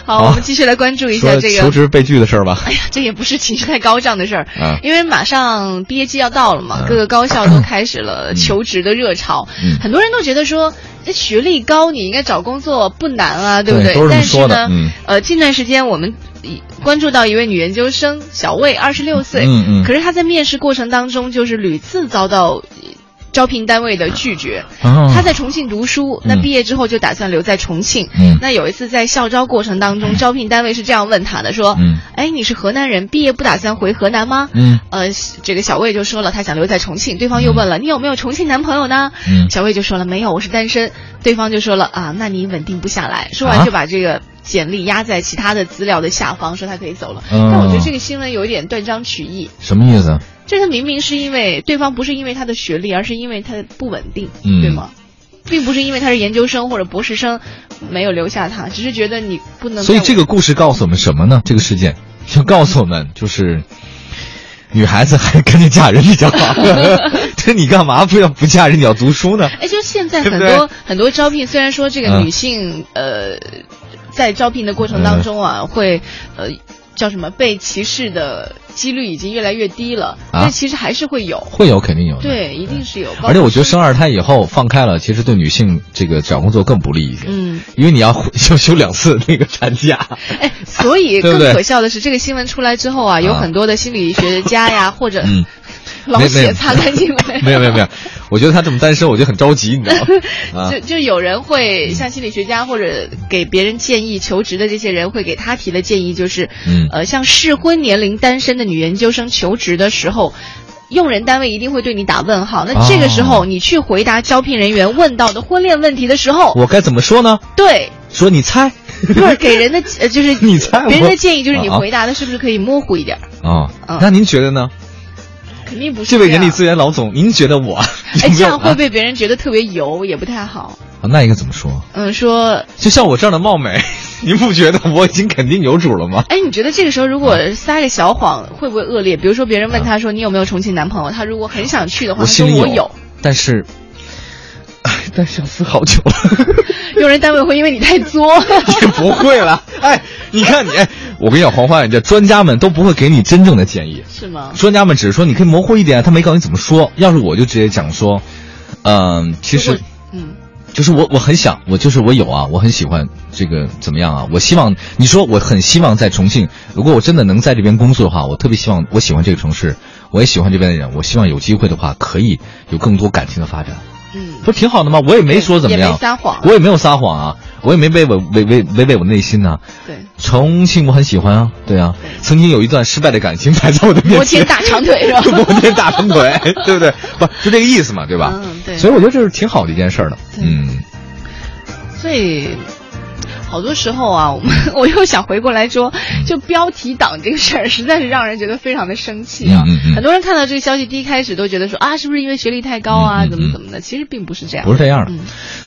好，我们继续来关注一下这个求职被拒的事儿吧。 哎呀，这也不是情绪太高涨的事儿，因为马上毕业季要到了嘛，各个高校都开始了求职的热潮，很多人都觉得说，这学历高你应该找工作不难啊，对不对？但是呢，近段时间我们关注到一位女研究生小魏，26岁，可是她在面试过程当中就是屡次遭到招聘单位的拒绝。他在重庆读书，那毕业之后就打算留在重庆。那有一次在校招过程当中，招聘单位是这样问他的，说哎，你是河南人，毕业不打算回河南吗？这个小魏就说了他想留在重庆。对方又问了，你有没有重庆男朋友呢？小魏就说了没有，我是单身。对方就说了啊，那你稳定不下来。说完就把这个简历压在其他的资料的下方，说他可以走了。但我觉得这个新闻有一点断章取义。 什么意思？ 这个明明是因为对方不是因为他的学历，而是因为他不稳定，对吗？并不是因为他是研究生或者博士生没有留下他，只是觉得你不能。 所以这个故事告诉我们什么呢？这个事件就告诉我们，就是女孩子还赶紧嫁人比较好。这你干嘛不嫁人，你要读书呢？哎， 就现在很多招聘，虽然说这个女性在招聘的过程当中啊，会叫什么被歧视的几率已经越来越低了，但其实还是会有， 肯定有的， 对，一定是有。 而且我觉得生二胎以后放开了，其实对女性这个找工作更不利一些。因为你要休2次那个产假。 哎，所以更可笑的是，这个新闻出来之后啊，有很多的心理学家呀，或者老血擦干净了。 没有，我觉得他这么单身，我就很着急，你知道吗？ 就有人会像心理学家或者给别人建议求职的这些人会给他提的建议就是，像适婚年龄单身的女研究生求职的时候，用人单位一定会对你打问号。那这个时候你去回答招聘人员问到的婚恋问题的时候， 我该怎么说呢？ 对， 说你猜。 不是给人的就是你猜， 别人的建议就是你回答的是不是可以模糊一点？ 那您觉得呢？ 肯定不是。 这位人力资源老总，您觉得我？ 这样会被别人觉得特别油，也不太好。 那应该怎么说？ 说就像我这样的貌美，您不觉得我已经肯定有主了吗？ 哎，你觉得这个时候如果撒个小谎，会不会恶劣？比如说别人问他说你有没有重庆男朋友，他如果很想去的话，他说我有， 但想死好久了。 用人单位会因为你太作。 也不会了。哎，你看你，我跟你讲，黄欢，这专家们都不会给你真正的建议， 是吗？ 专家们只是说你可以模糊一点，他没告诉你怎么说。要是我就直接讲说，其实，就是我很想，我有啊，我很喜欢这个怎么样啊？我希望你说我很希望在重庆，如果我真的能在这边工作的话，我特别希望，我喜欢这个城市，我也喜欢这边的人，我希望有机会的话可以有更多感情的发展。不挺好的吗？我也没说怎么样， 也没撒谎， 我也没有撒谎啊，我也没违背我内心啊。 对， 重庆我很喜欢啊，对啊，曾经有一段失败的感情摆在我的面前， 摩天大长腿是吧？ 摩天大长腿，对不对？不就这个意思嘛，对吧？ 对。 所以我觉得这是挺好的一件事的。 所以好多时候啊，我又想回过来说，就标题党这个事儿，实在是让人觉得非常的生气啊。很多人看到这个消息，第一开始都觉得说啊，是不是因为学历太高啊，怎么的？其实并不是这样， 不是这样的。